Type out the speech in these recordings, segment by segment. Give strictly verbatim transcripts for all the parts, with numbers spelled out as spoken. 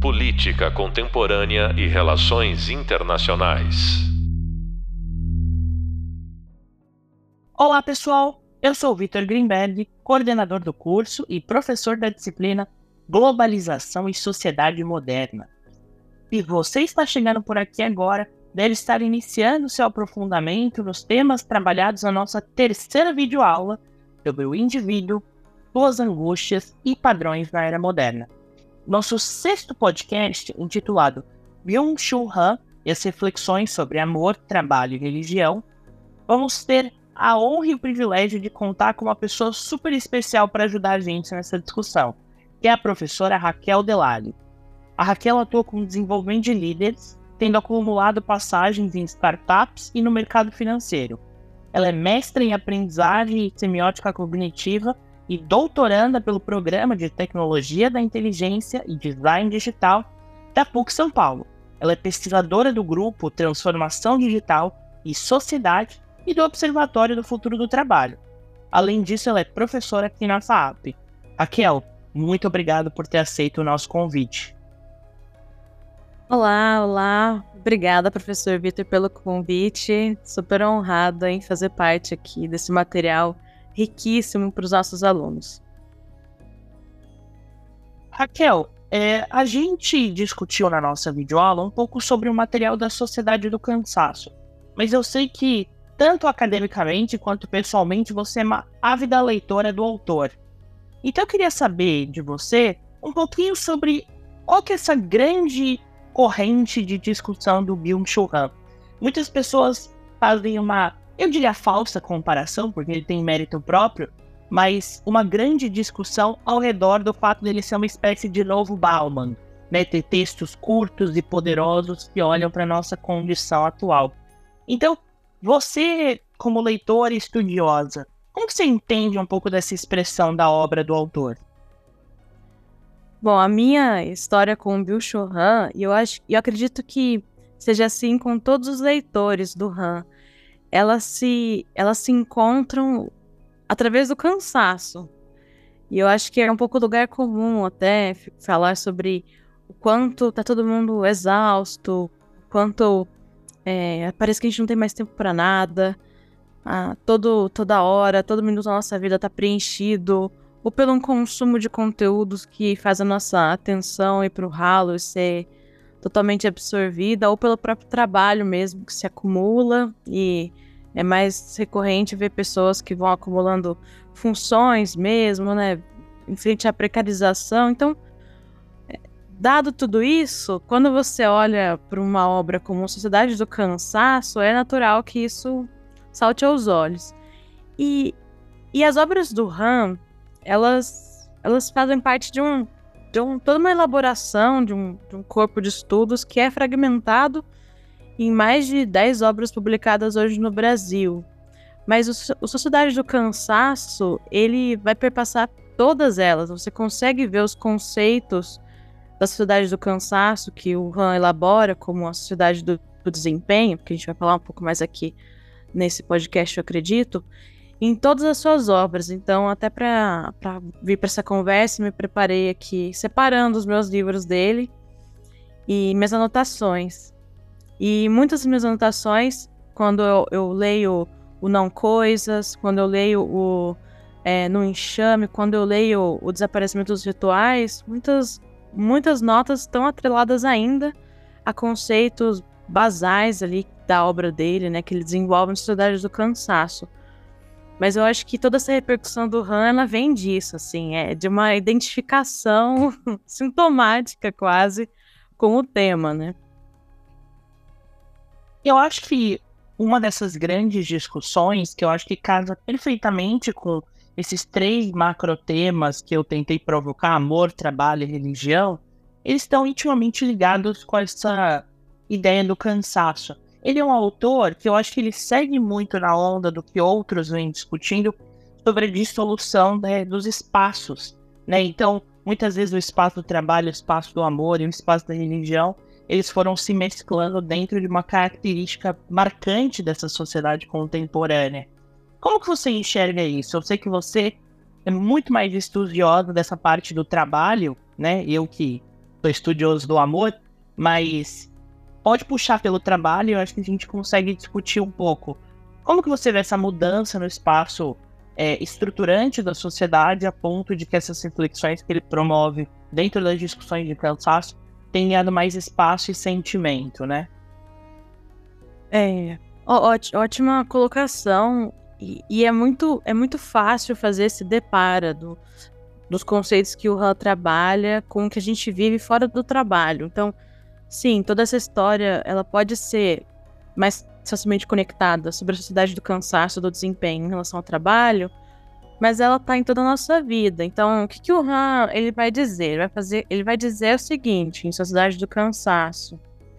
Política contemporânea e relações internacionais. Olá, pessoal! Eu sou o Vitor Greenberg, coordenador do curso e professor da disciplina Globalização e Sociedade Moderna. E você está chegando por aqui agora, deve estar iniciando seu aprofundamento nos temas trabalhados na nossa terceira videoaula sobre o indivíduo, suas angústias e padrões na era moderna. Nosso sexto podcast, intitulado Byung-Chul Han e as reflexões sobre amor, trabalho e religião, vamos ter a honra e o privilégio de contar com uma pessoa super especial para ajudar a gente nessa discussão, que é a professora Raquel Delali. A Raquel atua com desenvolvimento de líderes, tendo acumulado passagens em startups e no mercado financeiro. Ela é mestra em aprendizagem e semiótica cognitiva e doutoranda pelo Programa de Tecnologia da Inteligência e Design Digital da P U C São Paulo. Ela é pesquisadora do grupo Transformação Digital e Sociedade e do Observatório do Futuro do Trabalho. Além disso, ela é professora aqui na F A A P. Raquel, muito obrigado por ter aceito o nosso convite. Olá, olá. Obrigada, professor Vitor, pelo convite. Super honrada em fazer parte aqui desse material riquíssimo para os nossos alunos. Raquel, é, a gente discutiu na nossa videoaula um pouco sobre o material da Sociedade do Cansaço, mas eu sei que, tanto academicamente quanto pessoalmente, você é uma ávida leitora do autor. Então eu queria saber de você um pouquinho sobre qual que é essa grande corrente de discussão do Byung-Chul Han. Muitas pessoas fazem uma, eu diria, falsa comparação, porque ele tem mérito próprio, mas uma grande discussão ao redor do fato dele ser uma espécie de novo Bauman, né? Ter textos curtos e poderosos que olham para a nossa condição atual. Então, você, como leitora estudiosa, como que você entende um pouco dessa expressão da obra do autor? Bom, a minha história com o Byung-Chul Han, e eu, acho, eu acredito que seja assim com todos os leitores do Han, elas se, elas se encontram através do cansaço. E eu acho que é um pouco lugar comum até falar sobre o quanto tá todo mundo exausto, o quanto é, parece que a gente não tem mais tempo para nada, ah, todo, toda hora, todo minuto da nossa vida tá preenchido, ou pelo um consumo de conteúdos que faz a nossa atenção ir pro ralo e ser totalmente absorvida, ou pelo próprio trabalho mesmo que se acumula, e é mais recorrente ver pessoas que vão acumulando funções mesmo, né, em frente à precarização. Então, dado tudo isso, quando você olha para uma obra como Sociedade do Cansaço, é natural que isso salte aos olhos. E, e as obras do Han, elas, elas fazem parte de, um, de um, toda uma elaboração de um, de um corpo de estudos que é fragmentado em mais de dez obras publicadas hoje no Brasil. Mas o, o Sociedade do Cansaço, ele vai perpassar todas elas. Você consegue ver os conceitos da Sociedade do Cansaço que o Han elabora como a Sociedade do, do Desempenho, que a gente vai falar um pouco mais aqui nesse podcast, eu acredito, em todas as suas obras. Então, até para vir para essa conversa, me preparei aqui separando os meus livros dele e minhas anotações. E muitas das minhas anotações, quando eu, eu leio o Não Coisas, quando eu leio o é, No Enxame, quando eu leio o Desaparecimento dos Rituais, muitas, muitas notas estão atreladas ainda a conceitos basais ali da obra dele, né, que ele desenvolve na Sociedade do Cansaço. Mas eu acho que toda essa repercussão do Han, ela vem disso, assim, é de uma identificação sintomática quase com o tema, né? Eu acho que uma dessas grandes discussões, que eu acho que casa perfeitamente com esses três macrotemas que eu tentei provocar, amor, trabalho e religião, eles estão intimamente ligados com essa ideia do cansaço. Ele é um autor que eu acho que ele segue muito na onda do que outros vêm discutindo sobre a dissolução, né, dos espaços, né? Então, muitas vezes o espaço do trabalho, o espaço do amor e o espaço da religião, eles foram se mesclando dentro de uma característica marcante dessa sociedade contemporânea. Como que você enxerga isso? Eu sei que você é muito mais estudiosa dessa parte do trabalho, né? Eu que sou estudioso do amor, mas pode puxar pelo trabalho, eu acho que a gente consegue discutir um pouco. Como que você vê essa mudança no espaço é, estruturante da sociedade, a ponto de que essas reflexões que ele promove dentro das discussões de cansaço tenham dado mais espaço e sentimento, né? É, ó- óti- ótima colocação. E, e é muito, é muito fácil fazer esse deparo do, dos conceitos que o Han trabalha com o que a gente vive fora do trabalho. Então, sim, toda essa história ela pode ser mais facilmente conectada sobre a sociedade do cansaço, do desempenho em relação ao trabalho, mas ela está em toda a nossa vida. Então, o que, que o Han ele vai dizer? Ele vai fazer, ele vai dizer o seguinte, em Sociedade do Cansaço.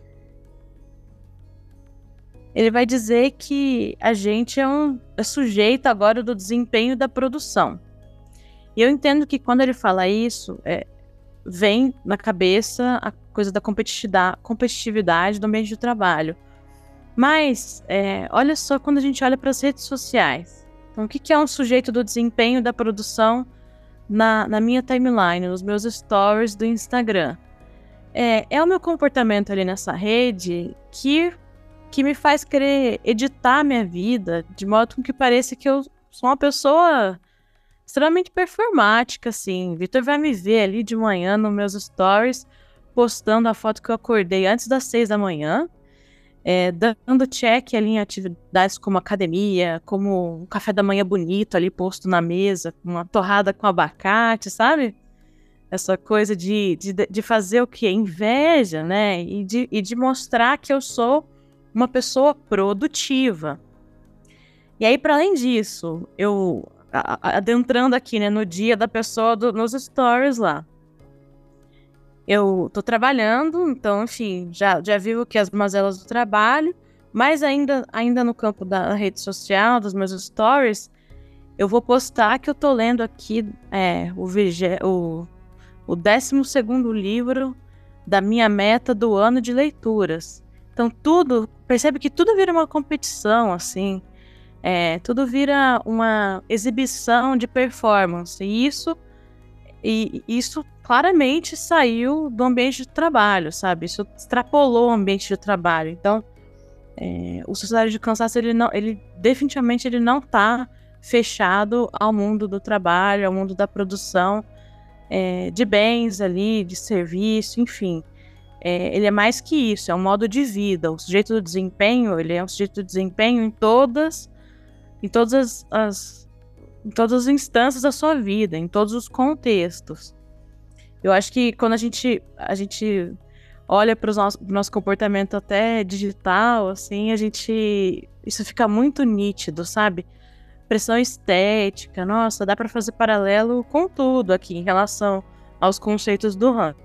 Ele vai dizer que a gente é, um, é sujeito agora do desempenho da produção. E eu entendo que quando ele fala isso, é, vem na cabeça a coisa da competitividade, competitividade do ambiente de trabalho. Mas, é, olha só quando a gente olha para as redes sociais. Então, o que, que é um sujeito do desempenho da produção na, na minha timeline, nos meus stories do Instagram? É, é o meu comportamento ali nessa rede que... que me faz querer editar a minha vida de modo que pareça que eu sou uma pessoa extremamente performática, assim. Vitor vai me ver ali de manhã nos meus stories, postando a foto que eu acordei antes das seis da manhã, é, dando check ali em atividades como academia, como um café da manhã bonito ali posto na mesa, uma torrada com abacate, sabe? Essa coisa de, de, de fazer o quê? Inveja, né? E de, e de mostrar que eu sou uma pessoa produtiva. E aí, para além disso, eu a, a, adentrando aqui, né, no dia da pessoa do, nos stories lá, eu tô trabalhando, então, enfim, já, já vivo que as mazelas do trabalho, mas ainda, ainda no campo da rede social, dos meus stories, eu vou postar que eu tô lendo aqui é, o, vige, o, o décimo segundo livro da minha meta do ano de leituras. Então tudo, percebe que tudo vira uma competição, assim, é, tudo vira uma exibição de performance, e isso, e isso claramente saiu do ambiente de trabalho, sabe? Isso extrapolou o ambiente de trabalho. Então, é, o Sociedade de Cansaço, ele, não, ele definitivamente ele não está fechado ao mundo do trabalho, ao mundo da produção é, de bens ali, de serviço, enfim. É, ele é mais que isso, é um modo de vida. O sujeito do desempenho, ele é um sujeito do desempenho em todas, em todas as, as, em todas as instâncias da sua vida, em todos os contextos. Eu acho que quando a gente, a gente olha para o nosso, nosso comportamento até digital, assim, a gente, isso fica muito nítido, sabe? Pressão estética, nossa, dá para fazer paralelo com tudo aqui em relação aos conceitos do Han.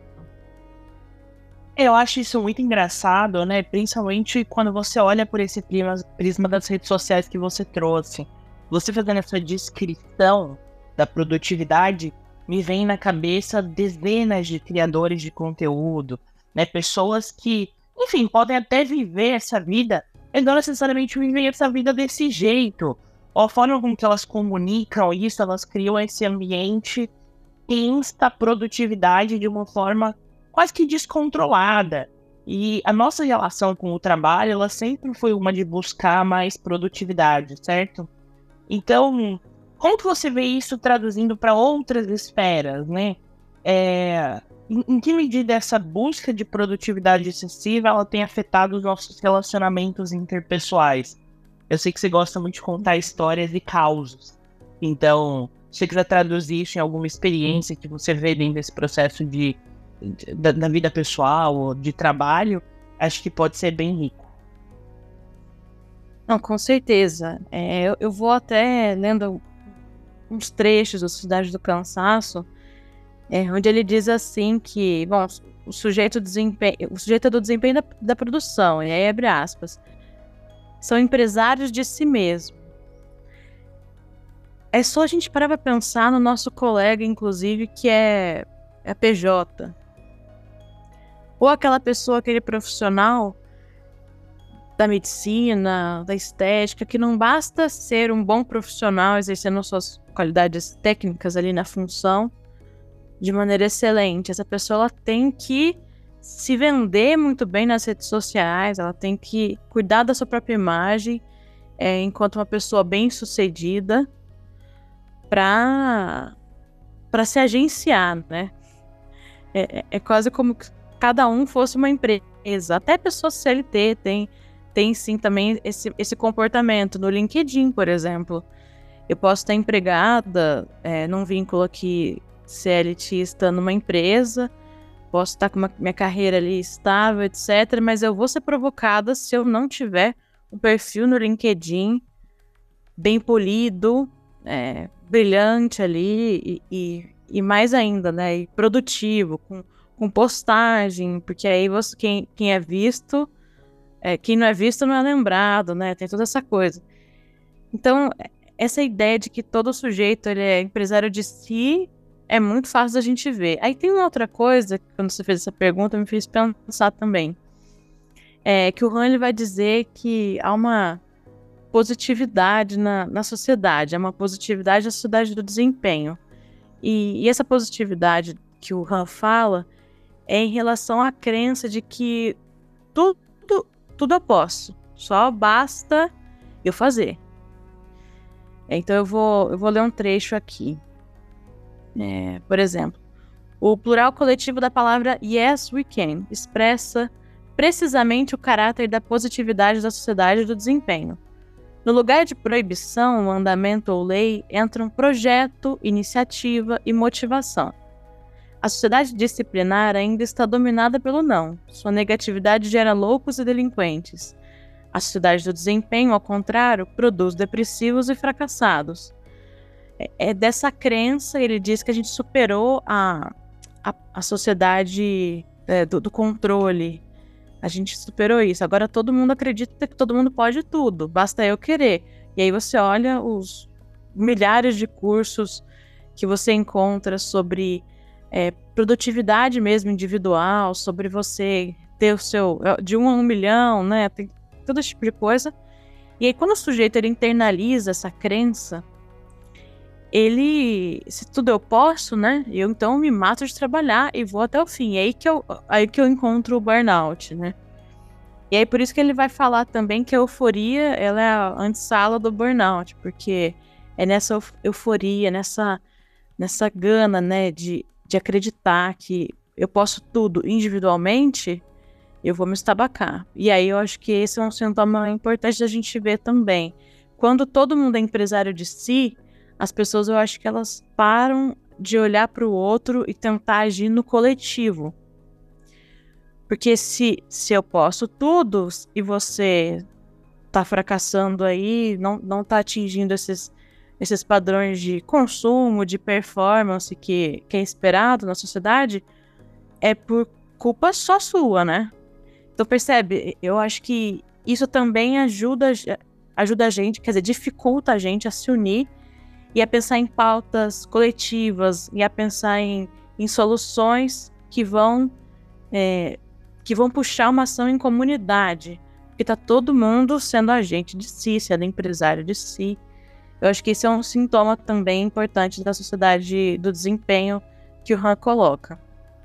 Eu acho isso muito engraçado, né? Principalmente quando você olha por esse prisma, prisma das redes sociais que você trouxe. Você fazendo essa descrição da produtividade, me vem na cabeça dezenas de criadores de conteúdo, né? Pessoas que, enfim, podem até viver essa vida, mas não necessariamente viver essa vida desse jeito. Ou a forma com que elas comunicam isso, elas criam esse ambiente que insta a produtividade de uma forma quase que descontrolada. E a nossa relação com o trabalho, ela sempre foi uma de buscar mais produtividade, certo? Então, como que você vê isso traduzindo para outras esferas, né? É, em, em que medida essa busca de produtividade excessiva, ela tem afetado os nossos relacionamentos interpessoais? Eu sei que você gosta muito de contar histórias e causos. Então, se você quiser traduzir isso em alguma experiência que você vê dentro desse processo de Da, da vida pessoal ou de trabalho, acho que pode ser bem rico. Não, com certeza. É, eu, eu vou até lendo uns trechos da Sociedade do Cansaço, é, onde ele diz assim que, bom, o sujeito, desempenho, o sujeito é do desempenho da, da produção, e aí abre aspas, são empresários de si mesmo. É só a gente parar para pensar no nosso colega, inclusive, que é, é P J. Ou aquela pessoa, aquele profissional da medicina, da estética, que não basta ser um bom profissional exercendo suas qualidades técnicas ali na função, de maneira excelente. Essa pessoa ela tem que se vender muito bem nas redes sociais, ela tem que cuidar da sua própria imagem, é, enquanto uma pessoa bem-sucedida, para para se agenciar, né? É, é quase como que cada um fosse uma empresa. Até pessoas C L T tem, tem sim também esse, esse comportamento. No LinkedIn, por exemplo, eu posso estar empregada é, num vínculo aqui CLTista numa empresa, posso estar com uma, minha carreira ali estável, etcétera, mas eu vou ser provocada se eu não tiver um perfil no LinkedIn bem polido, é, brilhante ali e, e, e mais ainda, né, e produtivo, com, com postagem, porque aí você, quem, quem é visto, é, quem não é visto não é lembrado, né, tem toda essa coisa. Então, essa ideia de que todo sujeito ele é empresário de si é muito fácil da gente ver. Aí tem uma outra coisa, que quando você fez essa pergunta, me fez pensar também, é que o Han ele vai dizer que há uma positividade na, na sociedade, é uma positividade na sociedade do desempenho. E, e essa positividade que o Han fala é em relação à crença de que tudo, tudo eu posso, só basta eu fazer. Então eu vou, eu vou ler um trecho aqui. É, por exemplo, o plural coletivo da palavra Yes, we can expressa precisamente o caráter da positividade da sociedade do desempenho. No lugar de proibição, mandamento ou lei, entram projeto, iniciativa e motivação. A sociedade disciplinar ainda está dominada pelo não. Sua negatividade gera loucos e delinquentes. A sociedade do desempenho, ao contrário, produz depressivos e fracassados. É, é dessa crença, ele diz que a gente superou a, a, a sociedade é, do, do controle. A gente superou isso. Agora todo mundo acredita que todo mundo pode tudo, basta eu querer. E aí você olha os milhares de cursos que você encontra sobre é, produtividade mesmo individual, sobre você ter o seu de um a um milhão, né? Tem todo esse tipo de coisa. E aí quando o sujeito ele internaliza essa crença, ele, se tudo eu posso, né? Eu então me mato de trabalhar e vou até o fim. É aí que eu, aí que eu encontro o burnout, né? E aí por isso que ele vai falar também que a euforia, ela é a antessala do burnout, porque é nessa euforia, nessa, nessa gana, né, de, de acreditar que eu posso tudo individualmente, eu vou me estabacar. E aí eu acho que esse é um sintoma importante da gente ver também. Quando todo mundo é empresário de si, as pessoas, eu acho que elas param de olhar para o outro e tentar agir no coletivo. Porque se, se eu posso tudo e você tá fracassando aí, não, não tá atingindo esses, esses padrões de consumo, de performance que, que é esperado na sociedade, é por culpa só sua, né? Então percebe, eu acho que isso também ajuda, ajuda a gente, quer dizer, dificulta a gente a se unir e a pensar em pautas coletivas, e a pensar em, em soluções que vão, é, que vão puxar uma ação em comunidade, porque está todo mundo sendo agente de si, sendo empresário de si. Eu acho que esse é um sintoma também importante da sociedade do desempenho que o Han coloca.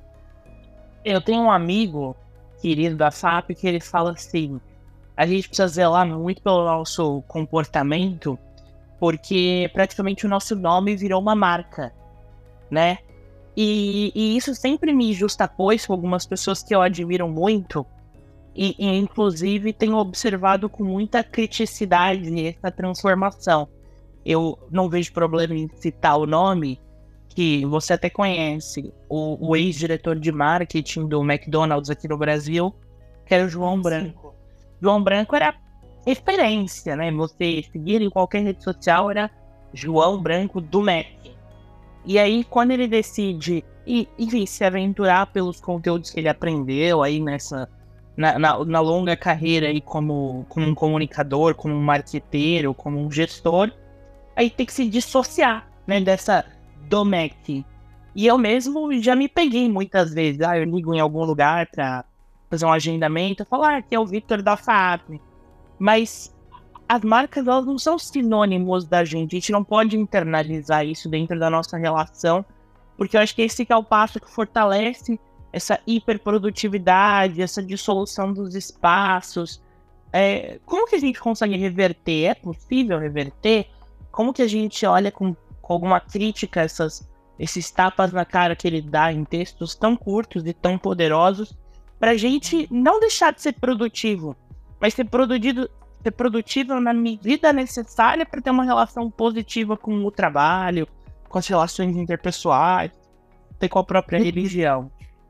Eu tenho um amigo querido da F A P que ele fala assim, a gente precisa zelar muito pelo nosso comportamento, porque praticamente o nosso nome virou uma marca, né? E, e isso sempre me justapôs com algumas pessoas que eu admiro muito, e, e inclusive tenho observado com muita criticidade essa transformação. Eu não vejo problema em citar o nome, que você até conhece, o, o ex-diretor de marketing do McDonald's aqui no Brasil, que era o João Branco. João Branco era referência, né? Você seguir em qualquer rede social era João Branco do Mac. E aí, quando ele decide, e, enfim, se aventurar pelos conteúdos que ele aprendeu aí nessa, na, na, na longa carreira aí como, como um comunicador, como um marqueteiro, como um gestor, aí tem que se dissociar, né, dessa do Mac. E eu mesmo já me peguei muitas vezes, ah, eu ligo em algum lugar para fazer um agendamento, eu falo, ah, aqui é o Victor da F A P. Mas as marcas, elas não são sinônimos da gente. A gente não pode internalizar isso dentro da nossa relação porque eu acho que esse que é o passo que fortalece essa hiperprodutividade, essa dissolução dos espaços. É, como que a gente consegue reverter? É possível reverter? Como que a gente olha com, com alguma crítica essas, esses tapas na cara que ele dá em textos tão curtos e tão poderosos, para a gente não deixar de ser produtivo, mas ser produzido, ser produtivo na medida necessária para ter uma relação positiva com o trabalho, com as relações interpessoais, até com a própria religião.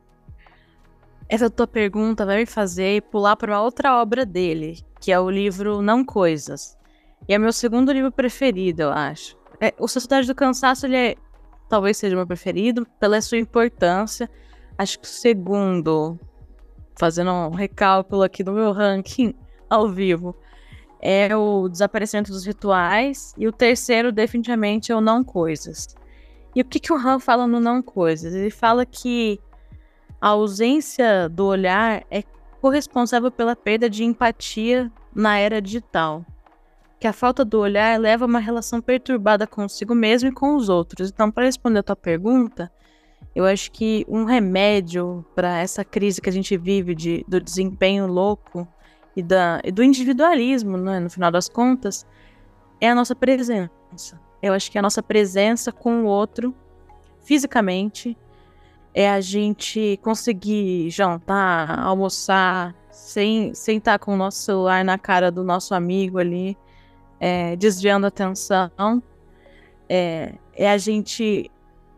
Essa tua pergunta vai me fazer pular para uma outra obra dele, que é o livro Não Coisas. E é meu segundo livro preferido, eu acho. É, o Sociedade do Cansaço, ele é, talvez seja o meu preferido, pela sua importância. Acho que o segundo, fazendo um recálculo aqui do meu ranking ao vivo, é o Desaparecimento dos Rituais. E o terceiro, definitivamente, é o Não Coisas. E o que, que o Han fala no Não Coisas? Ele fala que a ausência do olhar é corresponsável pela perda de empatia na era digital. Que a falta do olhar leva a uma relação perturbada consigo mesmo e com os outros. Então, para responder a tua pergunta, eu acho que um remédio para essa crise que a gente vive de, do desempenho louco e, da, e do individualismo, né, no final das contas, é a nossa presença. Eu acho que a nossa presença com o outro, fisicamente, é a gente conseguir jantar, almoçar, sem, sem estar com o nosso celular na cara do nosso amigo ali, é, desviando a atenção. É, é a gente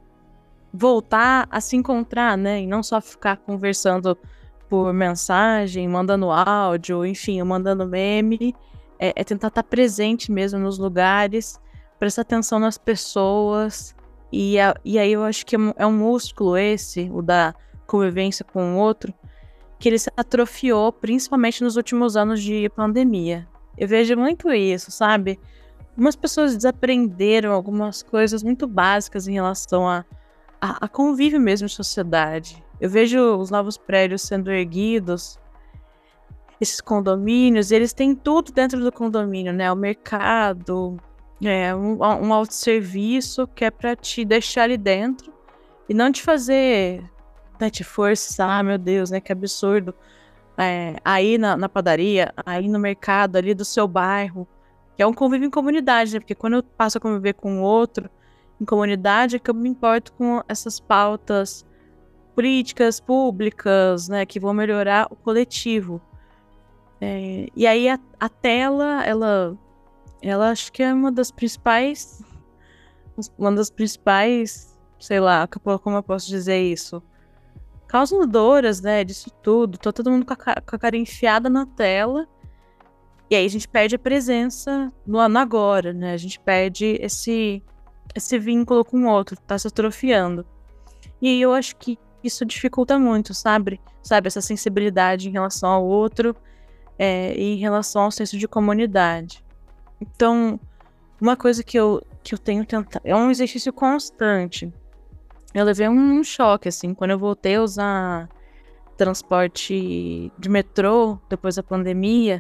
voltar a se encontrar, né? E não só ficar conversando por mensagem, mandando áudio, enfim, mandando meme. É, é tentar estar presente mesmo nos lugares, prestar atenção nas pessoas. E, a, e aí eu acho que é um músculo esse, o da convivência com o outro, que ele se atrofiou principalmente nos últimos anos de pandemia. Eu vejo muito isso, sabe? Algumas pessoas desaprenderam algumas coisas muito básicas em relação a, a, a convívio mesmo em sociedade. Eu vejo os novos prédios sendo erguidos, esses condomínios, eles têm tudo dentro do condomínio, né? O mercado... É, um, um autosserviço que é pra te deixar ali dentro e não te fazer, né, te forçar, meu Deus, né, que absurdo, é, aí na, na padaria, aí no mercado ali do seu bairro, que é um convívio em comunidade, né, porque quando eu passo a conviver com o outro em comunidade é que eu me importo com essas pautas políticas, públicas, né, que vão melhorar o coletivo. É, e aí a, a tela, ela Ela acho que é uma das principais, uma das principais, sei lá, como eu posso dizer isso, causadoras, né, disso tudo. Tô todo mundo com a, com a cara enfiada na tela, e aí a gente perde a presença no, no agora, né, a gente perde esse, esse vínculo com o outro, tá se atrofiando. E eu acho que isso dificulta muito, sabe? Sabe, essa sensibilidade em relação ao outro, é, e em relação ao senso de comunidade. Então, uma coisa que eu, que eu tenho tentado... É um exercício constante. Eu levei um, um choque, assim, quando eu voltei a usar transporte de metrô, depois da pandemia.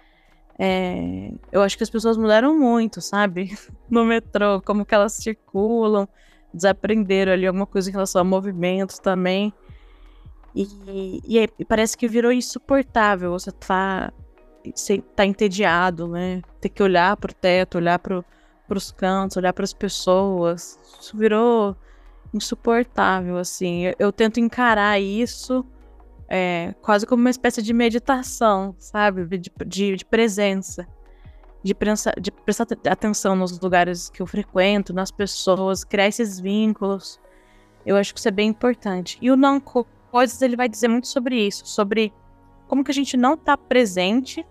É, eu acho que as pessoas mudaram muito, sabe? No metrô, como que elas circulam, desaprenderam ali alguma coisa em relação a movimentos também. E, e, e parece que virou insuportável. Você tá... Você tá entediado, né? Ter que olhar pro teto, olhar pro, pros cantos, olhar pras pessoas. Isso virou insuportável, assim. Eu, eu tento encarar isso é, quase como uma espécie de meditação, sabe? De, de, de presença. De, prensa, de prestar atenção nos lugares que eu frequento, nas pessoas, criar esses vínculos. Eu acho que isso é bem importante. E o Não Coisas, ele vai dizer muito sobre isso, sobre como que a gente não está presente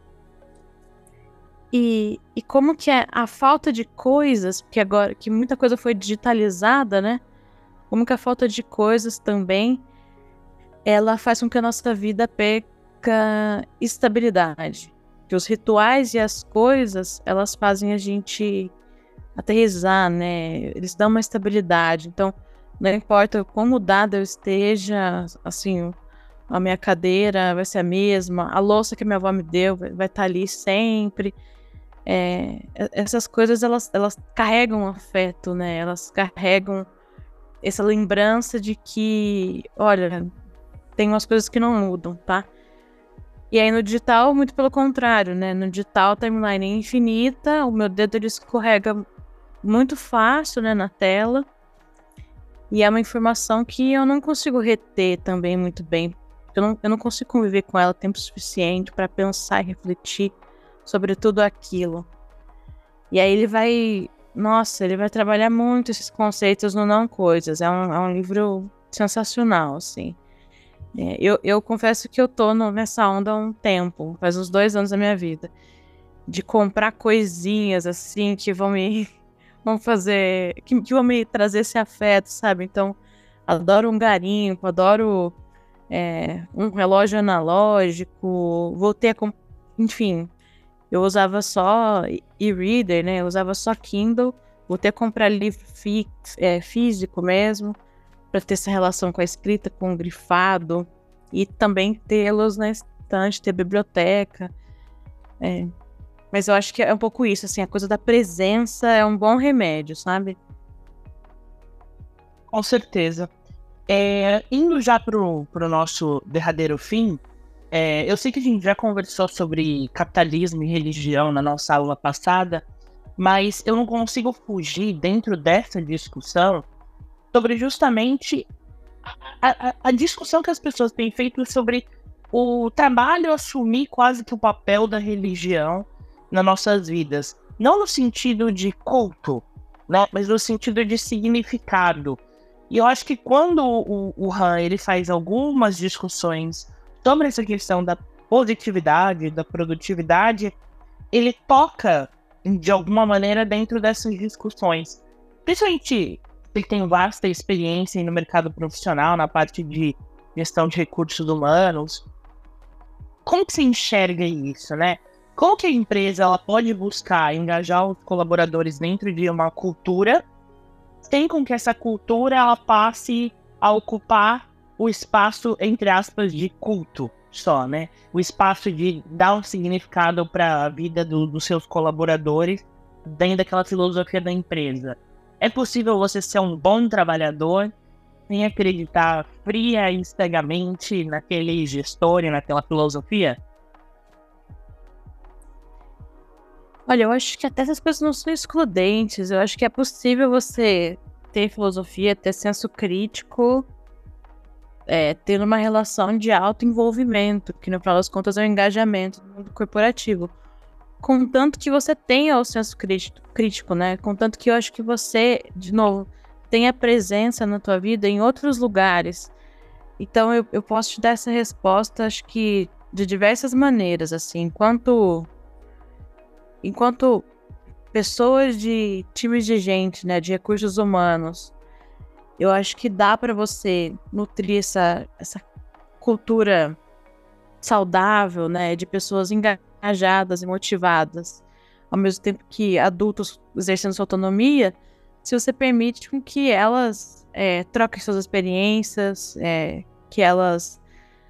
e, e como que é a falta de coisas, porque agora que muita coisa foi digitalizada, né? Como que a falta de coisas também, ela faz com que a nossa vida perca estabilidade. Que os rituais e as coisas, elas fazem a gente aterrissar, né? Eles dão uma estabilidade. Então, não importa quão mudada eu esteja, assim... A minha cadeira vai ser a mesma, a louça que minha avó me deu vai, vai estar ali sempre. É, essas coisas, elas, elas carregam afeto, né? Elas carregam essa lembrança de que, olha, tem umas coisas que não mudam, tá? E aí no digital, muito pelo contrário, né? No digital, a timeline é infinita, o meu dedo ele escorrega muito fácil, né, na tela. E é uma informação que eu não consigo reter também muito bem. Eu não, eu não consigo conviver com ela tempo suficiente para pensar e refletir sobre tudo aquilo. E aí ele vai... Nossa, ele vai trabalhar muito esses conceitos no Não Coisas. É um, é um livro sensacional, assim. É, eu, eu confesso que eu tô no, nessa onda há um tempo. Faz uns dois anos da minha vida. De comprar coisinhas, assim, que vão me... vão fazer... Que, que vão me trazer esse afeto, sabe? Então, adoro um garimpo, adoro é, um relógio analógico. Voltei a... Comp... Enfim... Eu usava só e-reader, né? Eu usava só Kindle. Vou ter que comprar livro fí- é, físico mesmo, para ter essa relação com a escrita, com o grifado. E também tê-los na estante, ter biblioteca. É. Mas eu acho que é um pouco isso, assim, a coisa da presença é um bom remédio, sabe? Com certeza. É, indo já pro, pro nosso derradeiro fim, É, eu sei que a gente já conversou sobre capitalismo e religião na nossa aula passada, mas eu não consigo fugir dentro dessa discussão sobre justamente a, a, a discussão que as pessoas têm feito sobre o trabalho assumir quase que o papel da religião nas nossas vidas. Não no sentido de culto, né, mas no sentido de significado. E eu acho que quando o, o Han ele faz algumas discussões sobre essa questão da positividade, da produtividade, ele toca, de alguma maneira, dentro dessas discussões. Principalmente, ele tem vasta experiência no mercado profissional, na parte de gestão de recursos humanos. Como que você enxerga isso, né? Como que a empresa ela pode buscar engajar os colaboradores dentro de uma cultura, sem com que essa cultura ela passe a ocupar o espaço, entre aspas, de culto só, né? O espaço de dar um significado para a vida do, dos seus colaboradores dentro daquela filosofia da empresa. É possível você ser um bom trabalhador sem acreditar fria e cegamente naquele gestor e naquela filosofia? Olha, eu acho que até essas coisas não são excludentes. Eu acho que é possível você ter filosofia, ter senso crítico, É, ter uma relação de autoenvolvimento, que no final das contas é o engajamento do mundo corporativo. Contanto que você tenha o senso crítico, crítico, né? Contanto que eu acho que você, de novo, tenha presença na tua vida em outros lugares. Então eu, eu posso te dar essa resposta, acho que de diversas maneiras, assim, enquanto, enquanto pessoas de times de gente, né, de recursos humanos, eu acho que dá para você nutrir essa, essa cultura saudável, né, de pessoas engajadas e motivadas, ao mesmo tempo que adultos exercendo sua autonomia, se você permite com que elas é, troquem suas experiências, é, que elas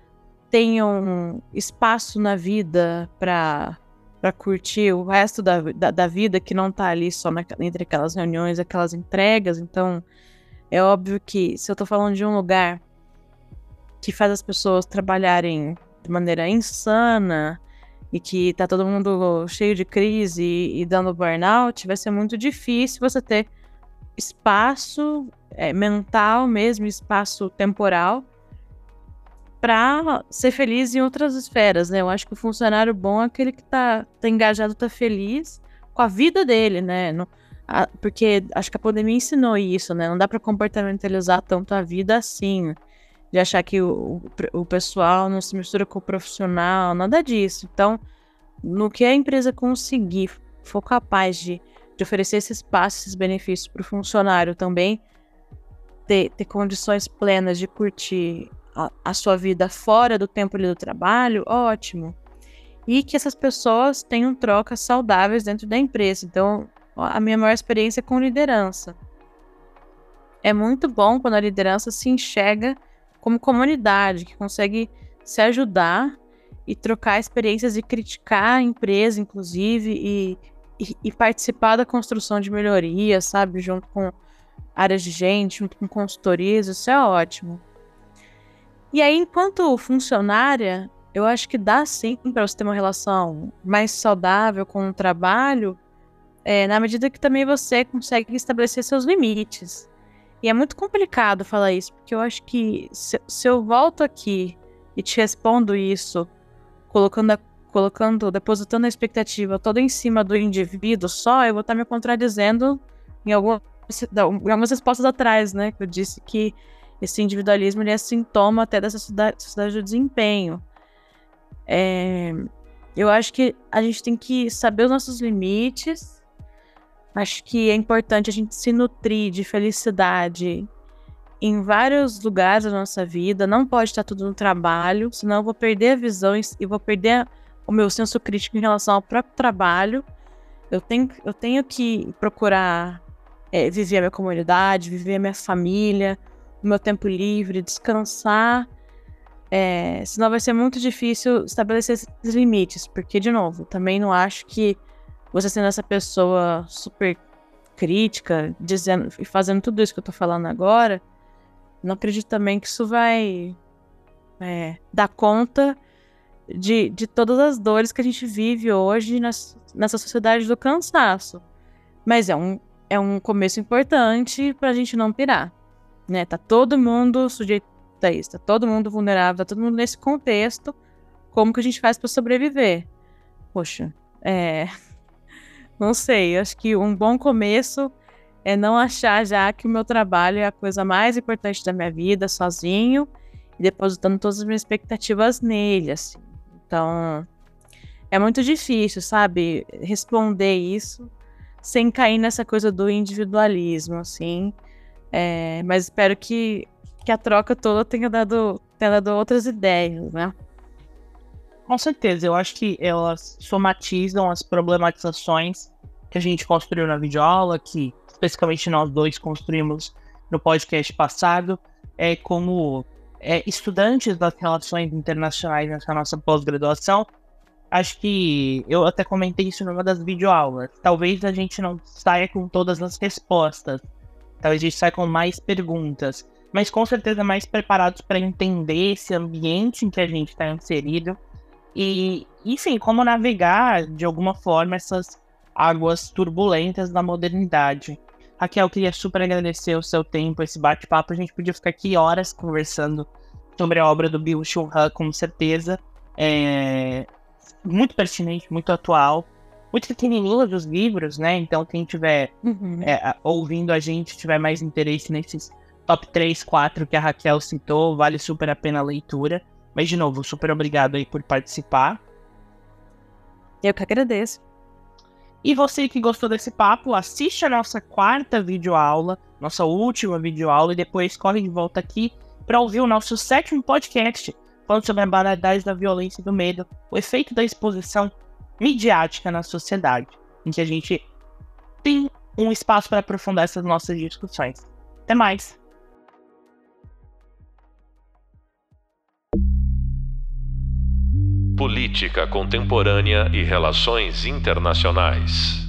tenham espaço na vida para para curtir o resto da, da, da vida, que não tá ali só na, entre aquelas reuniões, aquelas entregas. Então é óbvio que se eu tô falando de um lugar que faz as pessoas trabalharem de maneira insana e que tá todo mundo cheio de crise e, e dando burnout, vai ser muito difícil você ter espaço é, mental mesmo, espaço temporal para ser feliz em outras esferas, né? Eu acho que o funcionário bom é aquele que tá, tá engajado, tá feliz com a vida dele, né? No, a, porque acho que a pandemia ensinou isso, né? Não dá para comportamentalizar tanto a vida assim, de achar que o, o, o pessoal não se mistura com o profissional, nada disso. Então, no que a empresa conseguir, for capaz de, de oferecer esse espaço, esses benefícios para o funcionário também, ter, ter condições plenas de curtir a, a sua vida fora do tempo ali do trabalho, ótimo. E que essas pessoas tenham trocas saudáveis dentro da empresa. Então, a minha maior experiência é com liderança. É muito bom quando a liderança se enxerga como comunidade, que consegue se ajudar e trocar experiências e criticar a empresa, inclusive, e, e, e participar da construção de melhorias, sabe? Junto com áreas de gente, junto com consultorias, isso é ótimo. E aí, enquanto funcionária, eu acho que dá sim para você ter uma relação mais saudável com o trabalho, é, na medida que também você consegue estabelecer seus limites. E é muito complicado falar isso, porque eu acho que se, se eu volto aqui e te respondo isso, colocando, a, colocando, depositando a expectativa toda em cima do indivíduo só, eu vou estar me contradizendo em, alguma, em algumas respostas atrás, né? Que eu disse que esse individualismo ele é sintoma até dessa sociedade, sociedade do desempenho. É, eu acho que a gente tem que saber os nossos limites. Acho que é importante a gente se nutrir de felicidade em vários lugares da nossa vida. Não pode estar tudo no trabalho, senão eu vou perder a visão e vou perder o meu senso crítico em relação ao próprio trabalho. Eu tenho, eu tenho que procurar é, viver a minha comunidade, viver a minha família, o meu tempo livre, descansar. É, senão vai ser muito difícil estabelecer esses limites, porque, de novo, também não acho que você sendo essa pessoa super crítica, dizendo e fazendo tudo isso que eu tô falando agora, não acredito também que isso vai é, dar conta de, de todas as dores que a gente vive hoje nessa, nessa sociedade do cansaço. Mas é um, é um começo importante pra gente não pirar, né? Tá todo mundo sujeito a isso, tá todo mundo vulnerável, tá todo mundo nesse contexto. Como que a gente faz pra sobreviver? Poxa, é... Não sei, acho que um bom começo é não achar já que o meu trabalho é a coisa mais importante da minha vida, sozinho, e depositando todas as minhas expectativas nele, assim. Então, é muito difícil, sabe, responder isso sem cair nessa coisa do individualismo, assim. É, mas espero que, que a troca toda tenha dado, tenha dado outras ideias, né? Com certeza, eu acho que elas somatizam as problematizações que a gente construiu na videoaula, que especificamente nós dois construímos no podcast passado, é, como é, estudantes das relações internacionais nessa nossa pós-graduação. Acho que eu até comentei isso numa das videoaulas. Talvez a gente não saia com todas as respostas, talvez a gente saia com mais perguntas, mas com certeza mais preparados para entender esse ambiente em que a gente está inserido. E, enfim, como navegar, de alguma forma, essas águas turbulentas da modernidade. Raquel, eu queria super agradecer o seu tempo, esse bate-papo. A gente podia ficar aqui horas conversando sobre a obra do Byung-Chul Han, com certeza. É muito pertinente, muito atual. Muito pequenininho dos livros, né? Então, quem estiver uhum. é, ouvindo a gente, tiver mais interesse nesses top três, quatro que a Raquel citou, vale super a pena a leitura. Mas, de novo, super obrigado aí por participar. Eu que agradeço. E você que gostou desse papo, assiste a nossa quarta videoaula, nossa última videoaula, e depois corre de volta aqui para ouvir o nosso sétimo podcast, falando sobre a banalidade da violência e do medo, o efeito da exposição midiática na sociedade, em que a gente tem um espaço para aprofundar essas nossas discussões. Até mais! Política contemporânea e relações internacionais.